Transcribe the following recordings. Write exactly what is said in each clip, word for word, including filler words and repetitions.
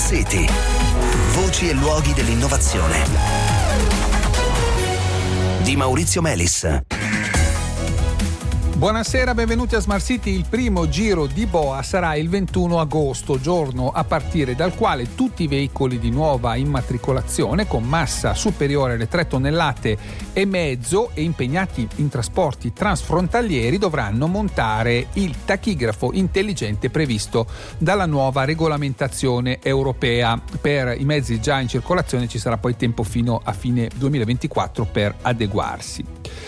Smart City. Voci e luoghi dell'innovazione. Di Maurizio Melis. Buonasera, benvenuti a Smart City. Il primo giro di boa sarà il ventuno agosto, giorno a partire dal quale tutti i veicoli di nuova immatricolazione con massa superiore alle tre tonnellate e mezzo e impegnati in trasporti transfrontalieri dovranno montare il tachigrafo intelligente previsto dalla nuova regolamentazione europea. Per i mezzi già in circolazione ci sarà poi tempo fino a fine duemilaventiquattro per adeguarsi.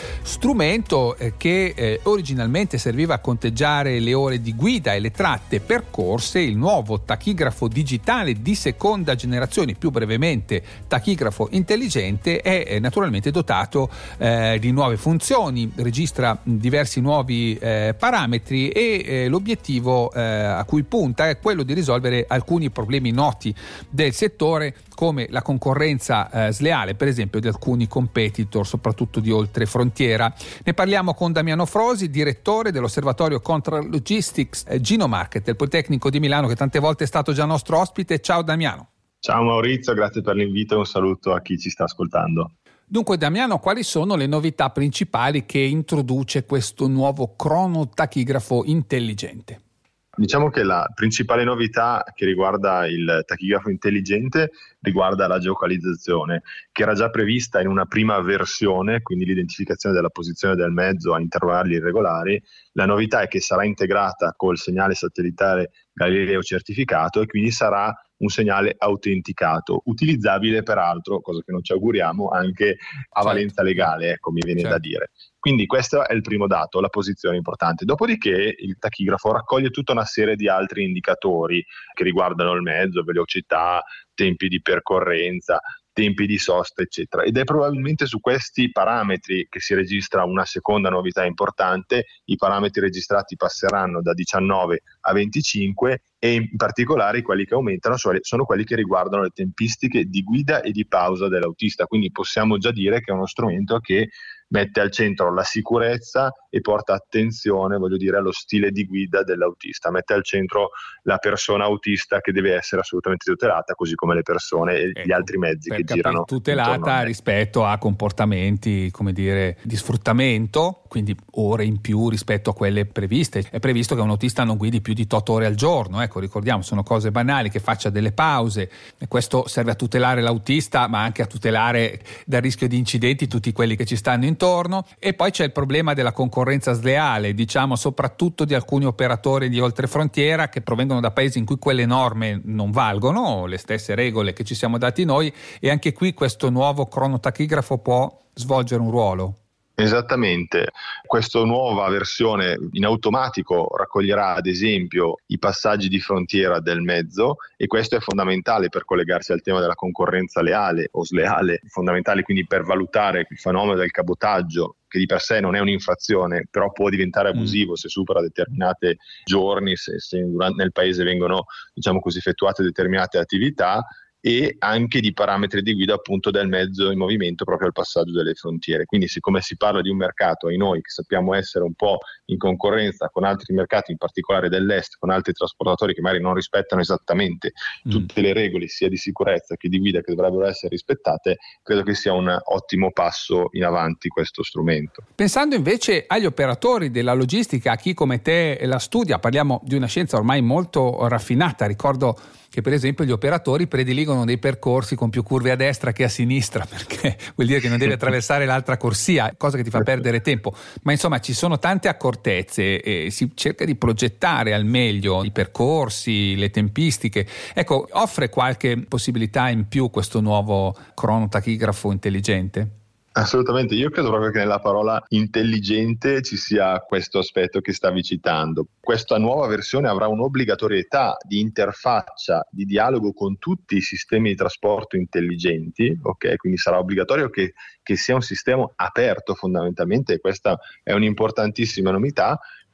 Strumento eh, che eh, originalmente serviva a conteggiare le ore di guida e le tratte percorse, il nuovo tachigrafo digitale di seconda generazione, più brevemente tachigrafo intelligente, è eh, naturalmente dotato eh, di nuove funzioni, registra diversi nuovi eh, parametri e eh, l'obiettivo eh, a cui punta è quello di risolvere alcuni problemi noti del settore, come la concorrenza eh, sleale, per esempio, di alcuni competitor, soprattutto di oltre frontiera. Ne parliamo con Damiano Frosi, direttore dell'osservatorio Contract Logistics eh, Ginomarket del Politecnico di Milano, che tante volte è stato già nostro ospite. Ciao Damiano. Ciao Maurizio, grazie per l'invito e un saluto a chi ci sta ascoltando. Dunque Damiano, quali sono le novità principali che introduce questo nuovo cronotachigrafo intelligente? Diciamo che la principale novità che riguarda il tachigrafo intelligente riguarda la geocalizzazione, che era già prevista in una prima versione, quindi l'identificazione della posizione del mezzo a intervalli irregolari. La novità è che sarà integrata col segnale satellitare Galileo certificato e quindi sarà un segnale autenticato, utilizzabile peraltro, cosa che non ci auguriamo, anche a certo. valenza legale, ecco, mi viene certo. da dire. Quindi questo è il primo dato, la posizione importante. Dopodiché il tachigrafo raccoglie tutta una serie di altri indicatori che riguardano il mezzo, velocità, tempi di percorrenza, tempi di sosta, eccetera. Ed è probabilmente su questi parametri che si registra una seconda novità importante. I parametri registrati passeranno da diciannove a venticinque e in particolare quelli che aumentano sono quelli che riguardano le tempistiche di guida e di pausa dell'autista. Quindi possiamo già dire che è uno strumento che mette al centro la sicurezza e porta attenzione, voglio dire, allo stile di guida dell'autista, mette al centro la persona autista che deve essere assolutamente tutelata, così come le persone e ecco, gli altri mezzi che girano tutelata rispetto a comportamenti, come dire, di sfruttamento, quindi ore in più rispetto a quelle previste. È previsto che un autista non guidi più di otto ore al giorno, ecco, ricordiamo, sono cose banali, che faccia delle pause, e questo serve a tutelare l'autista ma anche a tutelare dal rischio di incidenti tutti quelli che ci stanno intorno. E poi c'è il problema della concorrenza sleale, diciamo soprattutto di alcuni operatori di oltrefrontiera che provengono da paesi in cui quelle norme non valgono, le stesse regole che ci siamo dati noi, e anche qui questo nuovo cronotachigrafo può svolgere un ruolo. Esattamente, questa nuova versione in automatico raccoglierà ad esempio i passaggi di frontiera del mezzo, e questo è fondamentale per collegarsi al tema della concorrenza leale o sleale, fondamentale quindi per valutare il fenomeno del cabotaggio, che di per sé non è un'infrazione, però può diventare abusivo mm. se supera determinati giorni, se, se durante, nel paese vengono, diciamo così, effettuate determinate attività, e anche di parametri di guida appunto del mezzo in movimento proprio al passaggio delle frontiere. Quindi siccome si parla di un mercato, ai noi, che sappiamo essere un po' in concorrenza con altri mercati, in particolare dell'est, con altri trasportatori che magari non rispettano esattamente mm. tutte le regole sia di sicurezza che di guida che dovrebbero essere rispettate, credo che sia un ottimo passo in avanti questo strumento. Pensando invece agli operatori della logistica, a chi come te la studia, parliamo di una scienza ormai molto raffinata. Ricordo che per esempio gli operatori prediligono dei percorsi con più curve a destra che a sinistra, perché vuol dire che non devi attraversare l'altra corsia, cosa che ti fa perdere tempo. Ma insomma ci sono tante accortezze e si cerca di progettare al meglio i percorsi, le tempistiche. Ecco, offre qualche possibilità in più questo nuovo cronotachigrafo intelligente? Assolutamente, io credo proprio che nella parola intelligente ci sia questo aspetto che stavi citando. Questa nuova versione avrà un'obbligatorietà di interfaccia, di dialogo con tutti i sistemi di trasporto intelligenti, ok? Quindi sarà obbligatorio che, che sia un sistema aperto fondamentalmente, e questa è un'importantissima novità.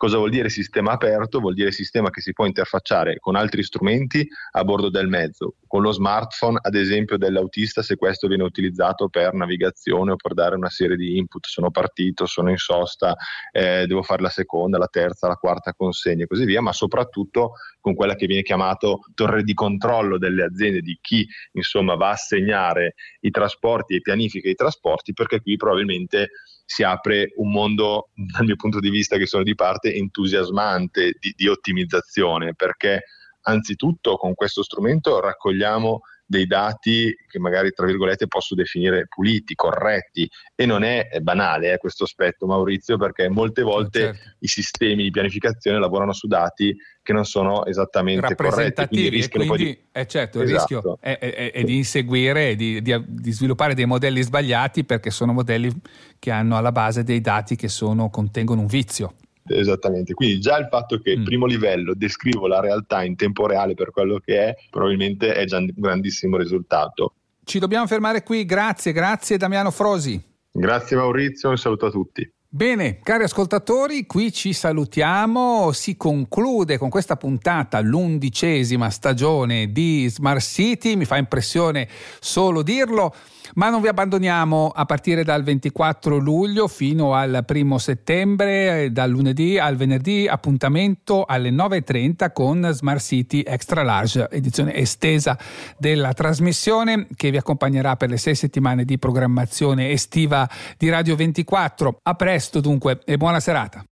Cosa vuol dire sistema aperto? Vuol dire sistema che si può interfacciare con altri strumenti a bordo del mezzo, con lo smartphone ad esempio dell'autista, se questo viene utilizzato per navigazione o per dare una serie di input. Sono partito, sono in sosta, eh, devo fare la seconda, la terza, la quarta consegna e così via, ma soprattutto con quella che viene chiamato torre di controllo delle aziende, di chi insomma va a segnare i trasporti e pianifica i trasporti, perché qui probabilmente si apre un mondo, dal mio punto di vista che sono di parte, entusiasmante di, di ottimizzazione, perché anzitutto con questo strumento raccogliamo dei dati che magari tra virgolette posso definire puliti, corretti, e non è banale eh, questo aspetto, Maurizio, perché molte volte certo. i sistemi di pianificazione lavorano su dati che non sono esattamente corretti, quindi rischiano quindi, poi di... eh certo, esatto. il rischio è, è, è di inseguire, di, di, di sviluppare dei modelli sbagliati, perché sono modelli che hanno alla base dei dati che sono, contengono un vizio. Esattamente, quindi già il fatto che il mm. primo livello descrivo la realtà in tempo reale per quello che è, probabilmente è già un grandissimo risultato. Ci dobbiamo fermare qui, grazie, grazie Damiano Frosi. Grazie Maurizio, un saluto a tutti. Bene, cari ascoltatori, qui ci salutiamo, si conclude con questa puntata l'undicesima stagione di Smart City, mi fa impressione solo dirlo, ma non vi abbandoniamo a partire dal ventiquattro luglio fino al primo settembre, dal lunedì al venerdì, appuntamento alle nove e trenta con Smart City Extra Large, edizione estesa della trasmissione che vi accompagnerà per le sei settimane di programmazione estiva di Radio ventiquattro. A presto dunque e buona serata.